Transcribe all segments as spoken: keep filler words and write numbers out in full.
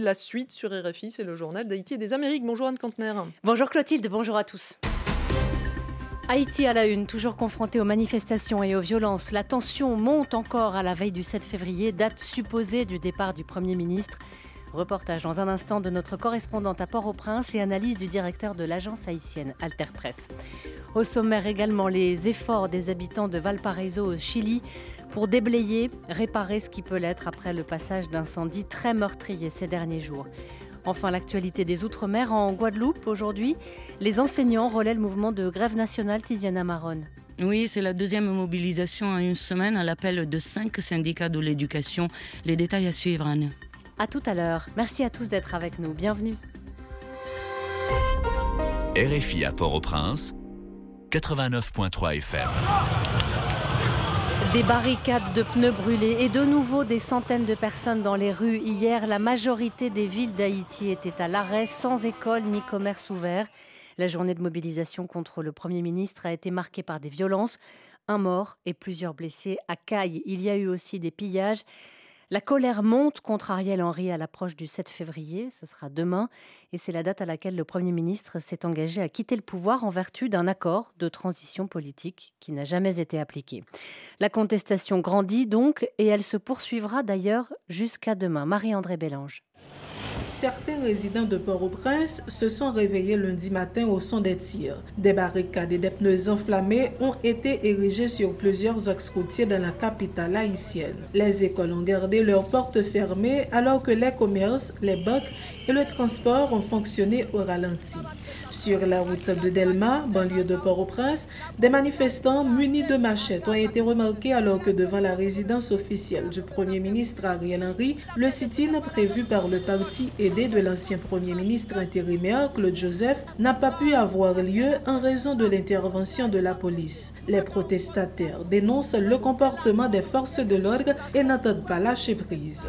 La suite sur R F I, c'est le journal d'Haïti et des Amériques. Bonjour Anne Kantner. Bonjour Clotilde, bonjour à tous. Haïti à la une, toujours confronté aux manifestations et aux violences. La tension monte encore à la veille du sept février, date supposée du départ du Premier ministre. Reportage dans un instant de notre correspondante à Port-au-Prince et analyse du directeur de l'agence haïtienne Alter Press. Au sommaire également, les efforts des habitants de Valparaiso au Chili pour déblayer, réparer ce qui peut l'être après le passage d'incendies très meurtriers ces derniers jours. Enfin, l'actualité des Outre-mer en Guadeloupe. Aujourd'hui, les enseignants relaient le mouvement de grève nationale. Tiziana Maron. Oui, c'est la deuxième mobilisation en une semaine à l'appel de cinq syndicats de l'éducation. Les détails à suivre, Anne. À tout à l'heure. Merci à tous d'être avec nous. Bienvenue. R F I à Port-au-Prince, quatre-vingt-neuf virgule trois F M. Des barricades de pneus brûlés et de nouveau des centaines de personnes dans les rues. Hier, la majorité des villes d'Haïti étaient à l'arrêt, sans école ni commerce ouvert. La journée de mobilisation contre le Premier ministre a été marquée par des violences. Un mort et plusieurs blessés à Caille. Il y a eu aussi des pillages. La colère monte contre Ariel Henry à l'approche du sept février, ce sera demain, et c'est la date à laquelle le Premier ministre s'est engagé à quitter le pouvoir en vertu d'un accord de transition politique qui n'a jamais été appliqué. La contestation grandit donc, et elle se poursuivra d'ailleurs jusqu'à demain. Marie-André Bélange. Certains résidents de Port-au-Prince se sont réveillés lundi matin au son des tirs. Des barricades et des pneus enflammés ont été érigés sur plusieurs axes routiers dans la capitale haïtienne. Les écoles ont gardé leurs portes fermées alors que les commerces, les banques et le transport ont fonctionné au ralenti. Sur la route de Delma, banlieue de Port-au-Prince, des manifestants munis de machettes ont été remarqués alors que devant la résidence officielle du Premier ministre Ariel Henry, le sit-in prévu par le parti aidé de l'ancien Premier ministre intérimaire Claude Joseph n'a pas pu avoir lieu en raison de l'intervention de la police. Les protestataires dénoncent le comportement des forces de l'ordre et n'entendent pas lâcher prise.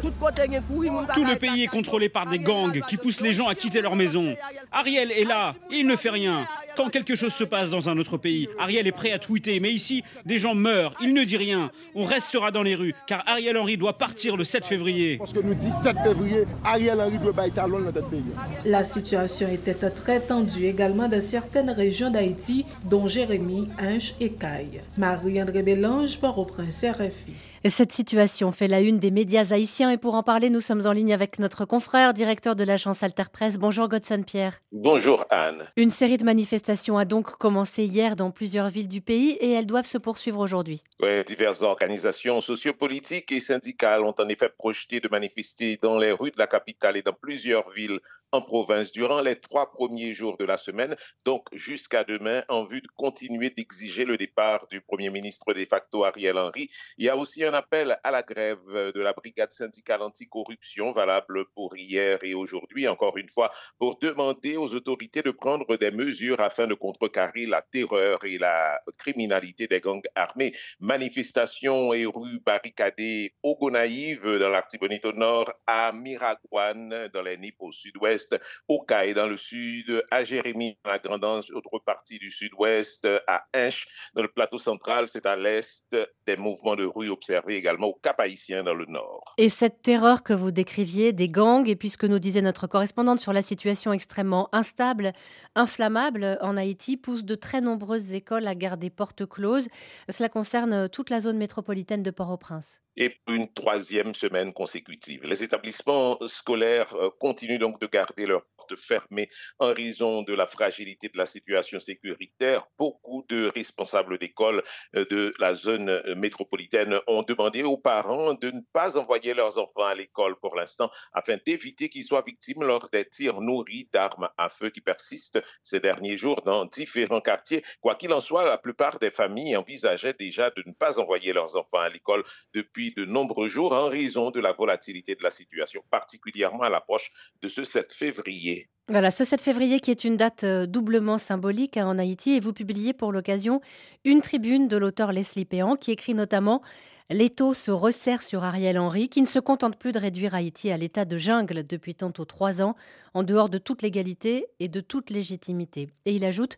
Tout le pays est contrôlé par des gangs qui poussent les gens à quitter leur maison. Ariel est là, il ne fait rien. Quand quelque chose se passe dans un autre pays, Ariel est prêt à tweeter. Mais ici, des gens meurent, il ne dit rien. On restera dans les rues, car Ariel Henry doit partir le sept février. Parce que nous dit sept février, Ariel Henry doit bailler talon dans notre pays. La situation était très tendue également dans certaines régions d'Haïti, dont Jérémy, Hinche et Caille. Marie-André Bélange, Port-au-Prince, R F I. Cette situation fait la une des médias haïtiens et pour en parler, nous sommes en ligne avec notre confrère, directeur de l'agence Alter Press. Bonjour Godson Pierre. Bonjour Anne. Une série de manifestations a donc commencé hier dans plusieurs villes du pays et elles doivent se poursuivre aujourd'hui. Oui, diverses organisations sociopolitiques et syndicales ont en effet projeté de manifester dans les rues de la capitale et dans plusieurs villes en province durant les trois premiers jours de la semaine, donc jusqu'à demain, en vue de continuer d'exiger le départ du Premier ministre de facto Ariel Henry. Il y a aussi un appel à la grève de la brigade syndicale anticorruption valable pour hier et aujourd'hui, encore une fois, pour demander aux autorités de prendre des mesures afin de contrecarrer la terreur et la criminalité des gangs armés. Manifestations et rues barricadées au Gonaïve, dans l'Artibonite au nord, à Miragouane, dans les Nippes au sud-ouest, au Caille dans le sud, à Jérémy dans la grande autre partie du sud-ouest, à Hinche dans le plateau central, c'est à l'est, des mouvements de rue observés également au Cap-Haïtien dans le nord. Et cette terreur que vous décriviez des gangs, et puisque nous disait notre correspondante sur la situation extrêmement instable, inflammable en Haïti, pousse de très nombreuses écoles à garder portes closes. Cela concerne toute la zone métropolitaine de Port-au-Prince. Et une troisième semaine consécutive. Les établissements scolaires continuent donc de garder leurs portes fermées en raison de la fragilité de la situation sécuritaire. Beaucoup de responsables d'écoles de la zone métropolitaine ont demandé aux parents de ne pas envoyer leurs enfants à l'école pour l'instant afin d'éviter qu'ils soient victimes lors des tirs nourris d'armes à feu qui persistent ces derniers jours dans différents quartiers. Quoi qu'il en soit, la plupart des familles envisageaient déjà de ne pas envoyer leurs enfants à l'école depuis de nombreux jours en raison de la volatilité de la situation, particulièrement à l'approche de ce sept février. Voilà, ce sept février qui est une date doublement symbolique en Haïti et vous publiez pour l'occasion une tribune de l'auteur Leslie Péan qui écrit notamment « L'étau se resserre sur Ariel Henry qui ne se contente plus de réduire Haïti à l'état de jungle depuis tantôt trois ans, en dehors de toute légalité et de toute légitimité. » Et il ajoute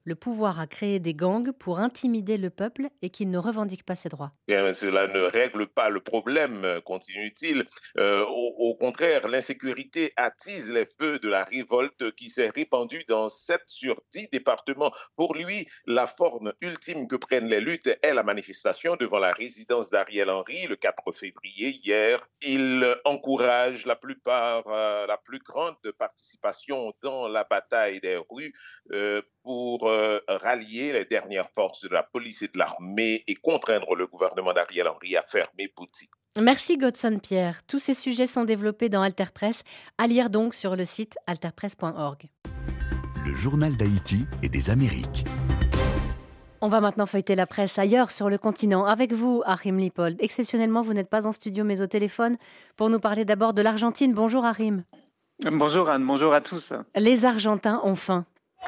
le pouvoir a créé des gangs pour intimider le peuple et qu'il ne revendique pas ses droits. Bien, cela ne règle pas le problème, continue-t-il. Euh, au, au contraire, l'insécurité attise les feux de la révolte qui s'est répandue dans sept sur dix départements. Pour lui, la forme ultime que prennent les luttes est la manifestation devant la résidence d'Ariel Henry le quatre février hier. Il encourage la plupart, euh, la plus grande participation dans la bataille des rues euh, pour euh, rallier les dernières forces de la police et de l'armée et contraindre le gouvernement d'Ariel Henry à fermer boutique. Merci Godson Pierre. Tous ces sujets sont développés dans Alterpress, à lire donc sur le site alterpress point org. Le journal d'Haïti et des Amériques. On va maintenant feuilleter la presse ailleurs sur le continent. Avec vous, Harim Lipold. Exceptionnellement, vous n'êtes pas en studio mais au téléphone pour nous parler d'abord de l'Argentine. Bonjour Harim. Bonjour Anne, bonjour à tous. Les Argentins ont faim.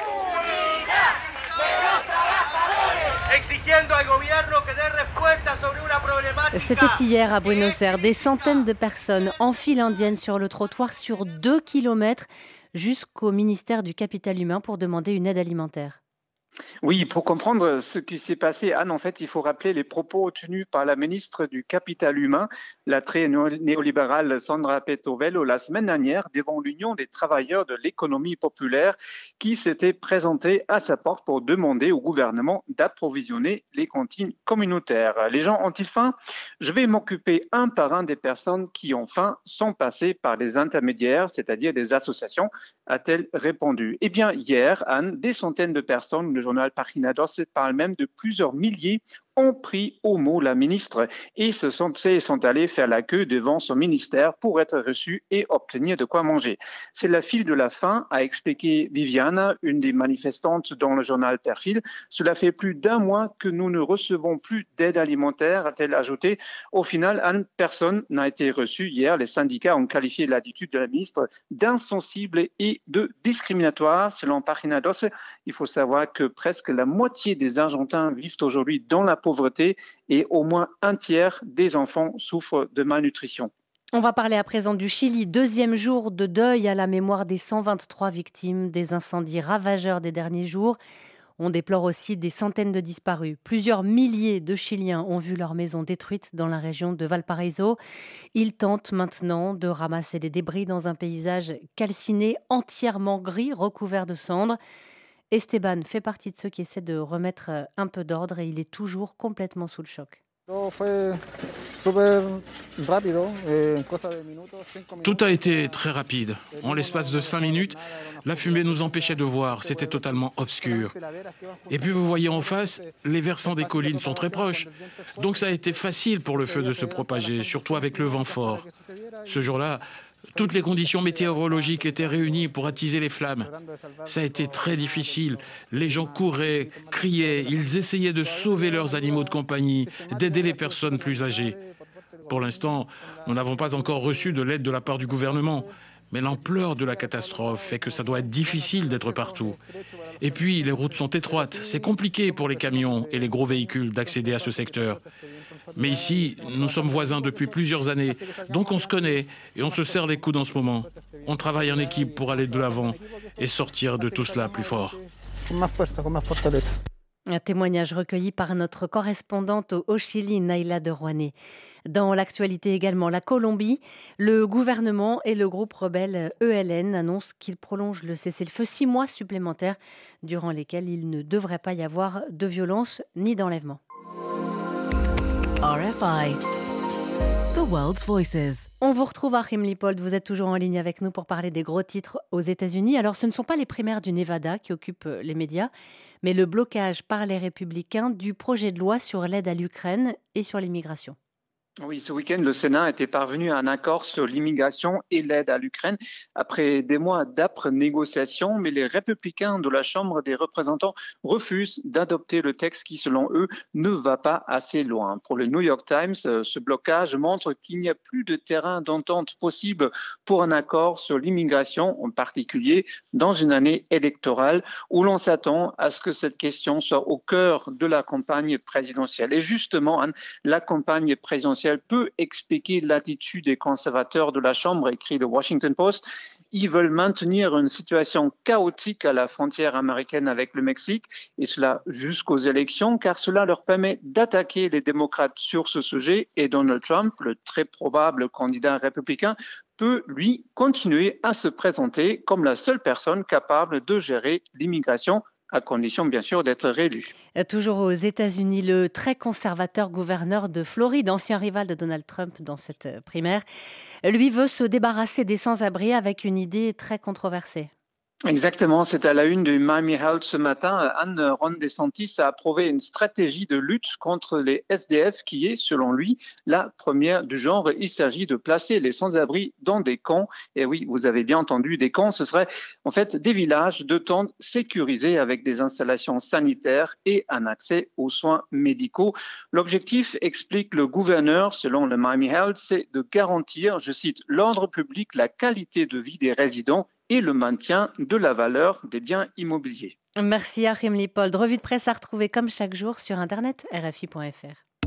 C'était hier à Buenos Aires. Des centaines de personnes en file indienne sur le trottoir sur deux kilomètres jusqu'au ministère du Capital Humain pour demander une aide alimentaire. Oui, pour comprendre ce qui s'est passé, Anne, en fait, il faut rappeler les propos tenus par la ministre du Capital Humain, la très néolibérale Sandra Petovelo, la semaine dernière devant l'Union des travailleurs de l'économie populaire qui s'était présentée à sa porte pour demander au gouvernement d'approvisionner les cantines communautaires. Les gens ont-ils faim ? Je vais m'occuper un par un des personnes qui ont faim sans passer par les intermédiaires, c'est-à-dire des associations, a-t-elle répondu. Eh bien, hier, Anne, des centaines de personnes, le journal Página dos parle même de plusieurs milliers, ont pris au mot la ministre et se sont, sont allés faire la queue devant son ministère pour être reçus et obtenir de quoi manger. C'est la file de la faim, a expliqué Viviane, une des manifestantes dans le journal Perfil. Cela fait plus d'un mois que nous ne recevons plus d'aide alimentaire, a-t-elle ajouté. Au final, Anne, personne n'a été reçu hier. Les syndicats ont qualifié l'attitude de la ministre d'insensible et de discriminatoire. Selon Página dos, il faut savoir que presque la moitié des Argentins vivent aujourd'hui dans la pauvreté et au moins un tiers des enfants souffrent de malnutrition. On va parler à présent du Chili. Deuxième jour de deuil à la mémoire des cent vingt-trois victimes des incendies ravageurs des derniers jours. On déplore aussi des centaines de disparus. Plusieurs milliers de Chiliens ont vu leur maison détruite dans la région de Valparaíso. Ils tentent maintenant de ramasser les débris dans un paysage calciné, entièrement gris, recouvert de cendres. Esteban fait partie de ceux qui essaient de remettre un peu d'ordre et il est toujours complètement sous le choc. Tout a été très rapide. En l'espace de cinq minutes, la fumée nous empêchait de voir. C'était totalement obscur. Et puis vous voyez en face, les versants des collines sont très proches. Donc ça a été facile pour le feu de se propager, surtout avec le vent fort. Ce jour-là, toutes les conditions météorologiques étaient réunies pour attiser les flammes. Ça a été très difficile. Les gens couraient, criaient, ils essayaient de sauver leurs animaux de compagnie, d'aider les personnes plus âgées. Pour l'instant, nous n'avons pas encore reçu de l'aide de la part du gouvernement. Mais l'ampleur de la catastrophe fait que ça doit être difficile d'être partout. Et puis, les routes sont étroites. C'est compliqué pour les camions et les gros véhicules d'accéder à ce secteur. Mais ici, nous sommes voisins depuis plusieurs années, donc on se connaît et on se serre les coudes en ce moment. On travaille en équipe pour aller de l'avant et sortir de tout cela plus fort. Un témoignage recueilli par notre correspondante au Chili, Naïla de Rouanet. Dans l'actualité également, la Colombie, le gouvernement et le groupe rebelle E L N annoncent qu'ils prolongent le cessez-le-feu six mois supplémentaires, durant lesquels il ne devrait pas y avoir de violence ni d'enlèvement. R F I, The World's Voices. On vous retrouve à Harim Lipold, vous êtes toujours en ligne avec nous pour parler des gros titres aux États-Unis. Alors ce ne sont pas les primaires du Nevada qui occupent les médias, mais le blocage par les républicains du projet de loi sur l'aide à l'Ukraine et sur l'immigration. Oui, ce week-end, le Sénat était parvenu à un accord sur l'immigration et l'aide à l'Ukraine après des mois d'âpres négociations, mais les républicains de la Chambre des représentants refusent d'adopter le texte qui, selon eux, ne va pas assez loin. Pour le New York Times, ce blocage montre qu'il n'y a plus de terrain d'entente possible pour un accord sur l'immigration, en particulier dans une année électorale où l'on s'attend à ce que cette question soit au cœur de la campagne présidentielle. Et justement, Anne, la campagne présidentielle peut expliquer l'attitude des conservateurs de la Chambre, écrit le Washington Post. Ils veulent maintenir une situation chaotique à la frontière américaine avec le Mexique, et cela jusqu'aux élections, car cela leur permet d'attaquer les démocrates sur ce sujet. Et Donald Trump, le très probable candidat républicain, peut, lui, continuer à se présenter comme la seule personne capable de gérer l'immigration, à condition bien sûr d'être réélu. Toujours aux États-Unis, le très conservateur gouverneur de Floride, ancien rival de Donald Trump dans cette primaire, lui veut se débarrasser des sans-abri avec une idée très controversée. Exactement, c'est à la une du Miami Herald ce matin. Anne Ron DeSantis a approuvé une stratégie de lutte contre les S D F qui est, selon lui, la première du genre. Il s'agit de placer les sans-abri dans des camps. Et oui, vous avez bien entendu, des camps, ce seraient en fait des villages de tentes sécurisés avec des installations sanitaires et un accès aux soins médicaux. L'objectif, explique le gouverneur, selon le Miami Herald, c'est de garantir, je cite, l'ordre public, la qualité de vie des résidents et le maintien de la valeur des biens immobiliers. Merci Achim Lipold. Revue de presse à retrouver comme chaque jour sur internet R F I point F R.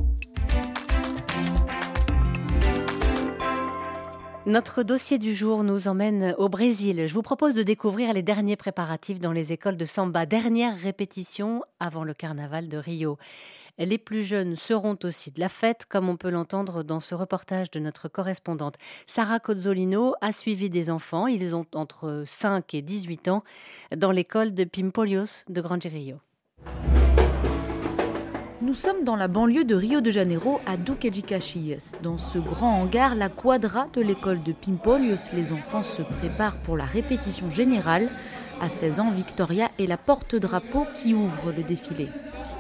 Notre dossier du jour nous emmène au Brésil. Je vous propose de découvrir les derniers préparatifs dans les écoles de samba. Dernière répétition avant le carnaval de Rio. Les plus jeunes seront aussi de la fête, comme on peut l'entendre dans ce reportage de notre correspondante. Sarah Cozzolino a suivi des enfants, ils ont entre cinq et dix-huit ans, dans l'école de Pimpolhos de Grande Rio. Nous sommes dans la banlieue de Rio de Janeiro, à Duque de Caxias. Dans ce grand hangar, la quadra de l'école de Pimpolhos, les enfants se préparent pour la répétition générale. À seize ans, Victoria est la porte-drapeau qui ouvre le défilé.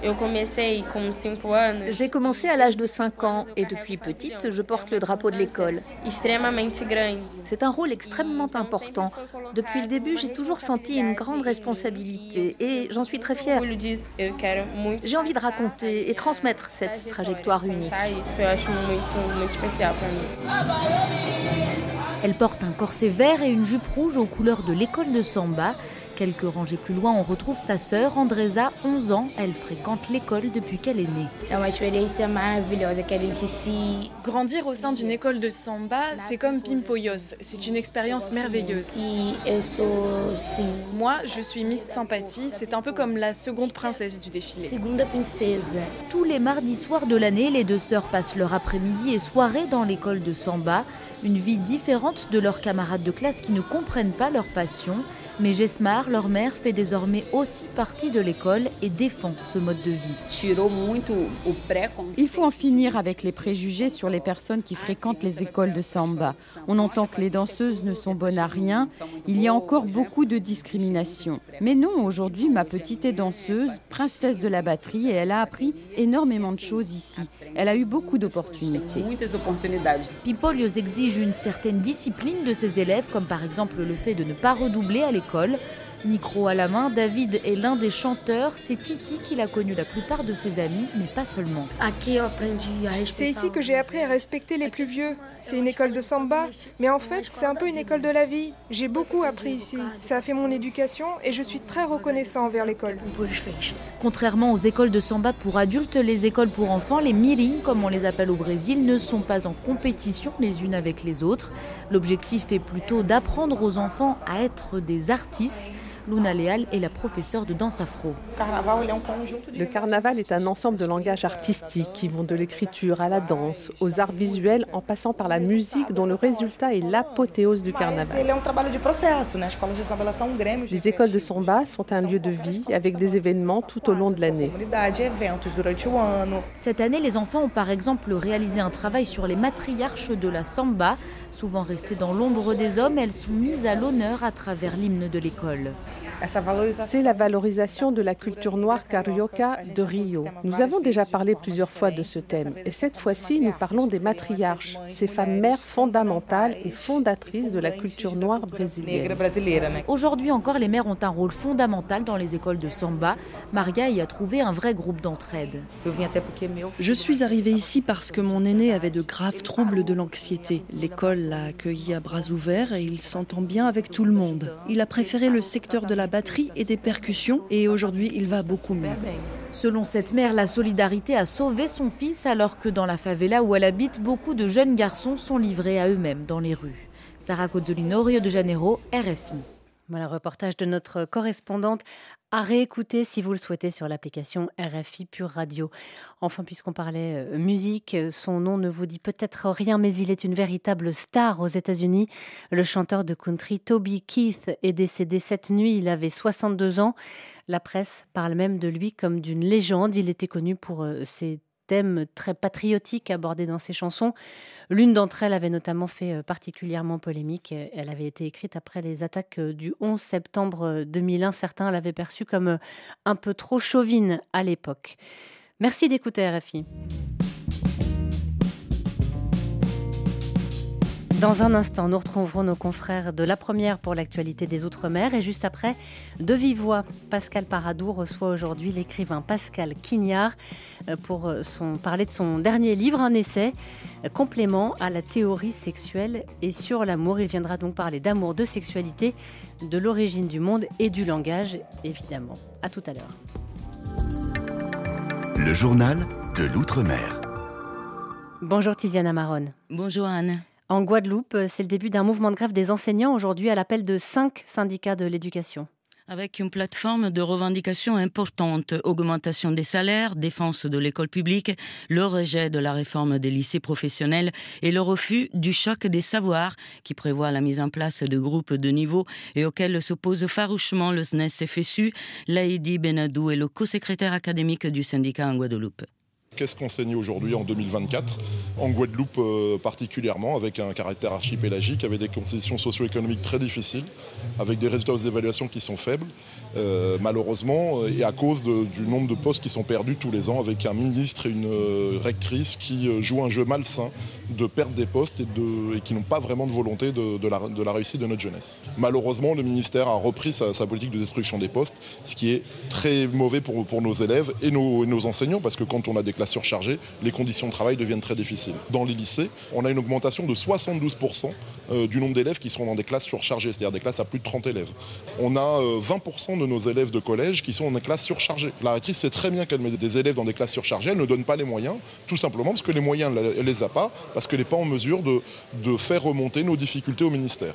J'ai commencé à l'âge de cinq ans et depuis petite, je porte le drapeau de l'école. C'est un rôle extrêmement important. Depuis le début, j'ai toujours senti une grande responsabilité et j'en suis très fière. J'ai envie de raconter et transmettre cette trajectoire unique. Elle porte un corset vert et une jupe rouge aux couleurs de l'école de samba. Quelques rangées plus loin, on retrouve sa sœur, Andresa, onze ans. Elle fréquente l'école depuis qu'elle est née. Grandir au sein d'une école de samba, c'est comme Pimpolhos. C'est une expérience merveilleuse. Moi, je suis Miss Sympathie. C'est un peu comme la seconde princesse du défilé. Tous les mardis soirs de l'année, les deux sœurs passent leur après-midi et soirée dans l'école de samba. Une vie différente de leurs camarades de classe qui ne comprennent pas leur passion. Mais Jesmar, leur mère, fait désormais aussi partie de l'école et défend ce mode de vie. Il faut en finir avec les préjugés sur les personnes qui fréquentent les écoles de samba. On entend que les danseuses ne sont bonnes à rien. Il y a encore beaucoup de discrimination. Mais non, aujourd'hui, ma petite est danseuse, princesse de la batterie, et elle a appris énormément de choses ici. Elle a eu beaucoup d'opportunités. Pimpolhos exige une certaine discipline de ses élèves, comme par exemple le fait de ne pas redoubler à l'école. Micro à la main, David est l'un des chanteurs. C'est ici qu'il a connu la plupart de ses amis, mais pas seulement. C'est ici que j'ai appris à respecter les plus vieux. C'est une école de samba, mais en fait, c'est un peu une école de la vie. J'ai beaucoup appris ici. Ça a fait mon éducation et je suis très reconnaissant envers l'école. Contrairement aux écoles de samba pour adultes, les écoles pour enfants, les mirim, comme on les appelle au Brésil, ne sont pas en compétition les unes avec les autres. L'objectif est plutôt d'apprendre aux enfants à être des artistes. Luna Leal est la professeure de danse afro. Le carnaval est un ensemble de langages artistiques qui vont de l'écriture à la danse, aux arts visuels, en passant par la musique dont le résultat est l'apothéose du carnaval. Les écoles de samba sont un lieu de vie avec des événements tout au long de l'année. Cette année, les enfants ont par exemple réalisé un travail sur les matriarches de la samba. Souvent restées dans l'ombre des hommes, elles sont mises à l'honneur à travers l'hymne de l'école. C'est la valorisation de la culture noire carioca de Rio. Nous avons déjà parlé plusieurs fois de ce thème et cette fois-ci, nous parlons des matriarches, ces femmes mères fondamentales et fondatrices de la culture noire brésilienne. Aujourd'hui encore, les mères ont un rôle fondamental dans les écoles de samba. Maria y a trouvé un vrai groupe d'entraide. Je suis arrivée ici parce que mon aîné avait de graves troubles de l'anxiété. L'école l'a accueilli à bras ouverts et il s'entend bien avec tout le monde. Il a préféré le secteur de la batterie et des percussions et aujourd'hui il va beaucoup mieux. Selon cette mère, la solidarité a sauvé son fils alors que dans la favela où elle habite, beaucoup de jeunes garçons sont livrés à eux-mêmes dans les rues. Sarah Cozzolino, Rio de Janeiro, R F I. Voilà, reportage de notre correspondante à réécouter si vous le souhaitez sur l'application R F I Pure Radio. Enfin, puisqu'on parlait euh, musique, son nom ne vous dit peut-être rien, mais il est une véritable star aux États-Unis. Le chanteur de country Toby Keith est décédé cette nuit, il avait soixante-deux ans. La presse parle même de lui comme d'une légende. Il était connu pour euh, ses thèmes très patriotiques abordés dans ses chansons. L'une d'entre elles avait notamment fait particulièrement polémique. Elle avait été écrite après les attaques du onze septembre deux mille un. Certains l'avaient perçue comme un peu trop chauvine à l'époque. Merci d'écouter R F I. Dans un instant, nous retrouverons nos confrères de La Première pour l'actualité des Outre-mer. Et juste après, de vive voix, Pascal Paradou reçoit aujourd'hui l'écrivain Pascal Quignard pour son, parler de son dernier livre, un essai, complément à la théorie sexuelle et sur l'amour. Il viendra donc parler d'amour, de sexualité, de l'origine du monde et du langage, évidemment. À tout à l'heure. Le journal de l'Outre-mer. Bonjour Tiziana Maron. Bonjour Anne. En Guadeloupe, c'est le début d'un mouvement de grève des enseignants aujourd'hui à l'appel de cinq syndicats de l'éducation. Avec une plateforme de revendications importante, augmentation des salaires, défense de l'école publique, le rejet de la réforme des lycées professionnels et le refus du choc des savoirs qui prévoit la mise en place de groupes de niveau et auquel s'oppose farouchement le S N E S F S U. Laïdi Benadou est le co-secrétaire académique du syndicat en Guadeloupe. Qu'est-ce qu'enseigner aujourd'hui en deux mille vingt-quatre, en Guadeloupe euh, particulièrement, avec un caractère archipélagique, avec des conditions socio-économiques très difficiles, avec des résultats aux évaluations qui sont faibles, euh, malheureusement, et à cause de, du nombre de postes qui sont perdus tous les ans, avec un ministre et une euh, rectrice qui euh, jouent un jeu malsain de perdre des postes et, de, et qui n'ont pas vraiment de volonté de, de, la, de la réussite de notre jeunesse. Malheureusement, le ministère a repris sa, sa politique de destruction des postes, ce qui est très mauvais pour, pour nos élèves et nos, et nos enseignants, parce que quand on a des classes surchargées, les conditions de travail deviennent très difficiles. Dans les lycées, on a une augmentation de soixante-douze pour cent du nombre d'élèves qui seront dans des classes surchargées, c'est-à-dire des classes à plus de trente élèves. On a vingt pour cent de nos élèves de collège qui sont dans des classes surchargées. La rectrice sait très bien qu'elle met des élèves dans des classes surchargées, elle ne donne pas les moyens, tout simplement parce que les moyens, elle ne les a pas, parce qu'elle n'est pas en mesure de, de faire remonter nos difficultés au ministère.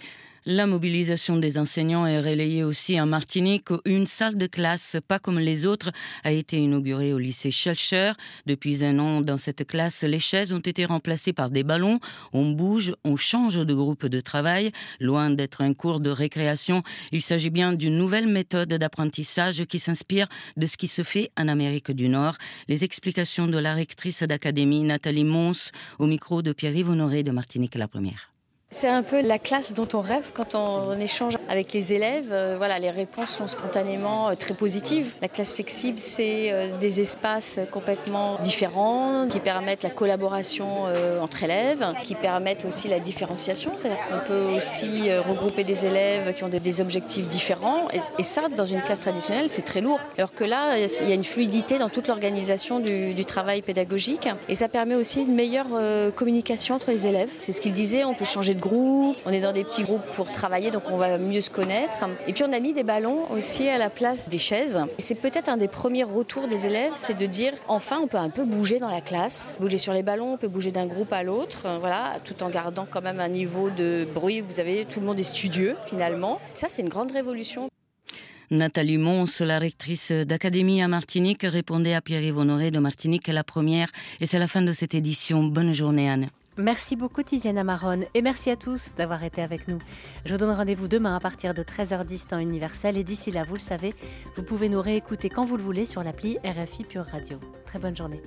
La mobilisation des enseignants est relayée aussi en Martinique. Une salle de classe, pas comme les autres, a été inaugurée au lycée Schellcher. Depuis un an, dans cette classe, les chaises ont été remplacées par des ballons. On bouge, on change de groupe de travail. Loin d'être un cours de récréation, il s'agit bien d'une nouvelle méthode d'apprentissage qui s'inspire de ce qui se fait en Amérique du Nord. Les explications de la rectrice d'académie, Nathalie Mons, au micro de Pierre-Yves Honoré de Martinique La Première. C'est un peu la classe dont on rêve quand on échange avec les élèves. Euh, voilà, les réponses sont spontanément euh, très positives. La classe flexible, c'est euh, des espaces complètement différents qui permettent la collaboration euh, entre élèves, qui permettent aussi la différenciation. C'est-à-dire qu'on peut aussi euh, regrouper des élèves qui ont des, des objectifs différents. Et, et ça, dans une classe traditionnelle, c'est très lourd. Alors que là, il y a une fluidité dans toute l'organisation du, du travail pédagogique. Et ça permet aussi une meilleure euh, communication entre les élèves. C'est ce qu'il disait, on peut changer de groupe, on est dans des petits groupes pour travailler, donc on va mieux se connaître. Et puis on a mis des ballons aussi à la place des chaises. Et c'est peut-être un des premiers retours des élèves, c'est de dire enfin on peut un peu bouger dans la classe, bouger sur les ballons, on peut bouger d'un groupe à l'autre, voilà, tout en gardant quand même un niveau de bruit. Vous avez, tout le monde est studieux finalement. Ça, c'est une grande révolution. Nathalie Mons, la rectrice d'académie à Martinique, répondait à Pierre-Yves Honoré de Martinique La Première. Et c'est la fin de cette édition. Bonne journée Anne. Merci beaucoup Tiziana Maron et merci à tous d'avoir été avec nous. Je vous donne rendez-vous demain à partir de treize heures dix temps universel et d'ici là, vous le savez, vous pouvez nous réécouter quand vous le voulez sur l'appli R F I Pure Radio. Très bonne journée.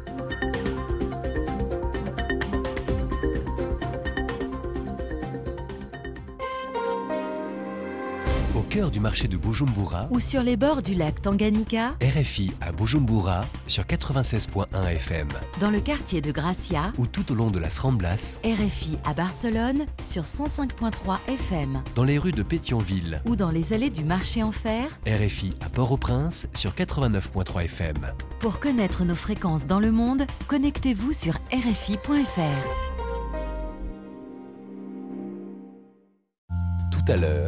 Au cœur du marché de Bujumbura ou sur les bords du lac Tanganyika, R F I à Bujumbura sur quatre-vingt-seize virgule un F M. Dans le quartier de Gracia ou tout au long de Las Ramblas, R F I à Barcelone sur cent cinq virgule trois F M. Dans les rues de Pétionville ou dans les allées du marché en fer, R F I à Port-au-Prince sur quatre-vingt-neuf virgule trois F M. Pour connaître nos fréquences dans le monde, connectez-vous sur R F I point F R. Tout à l'heure,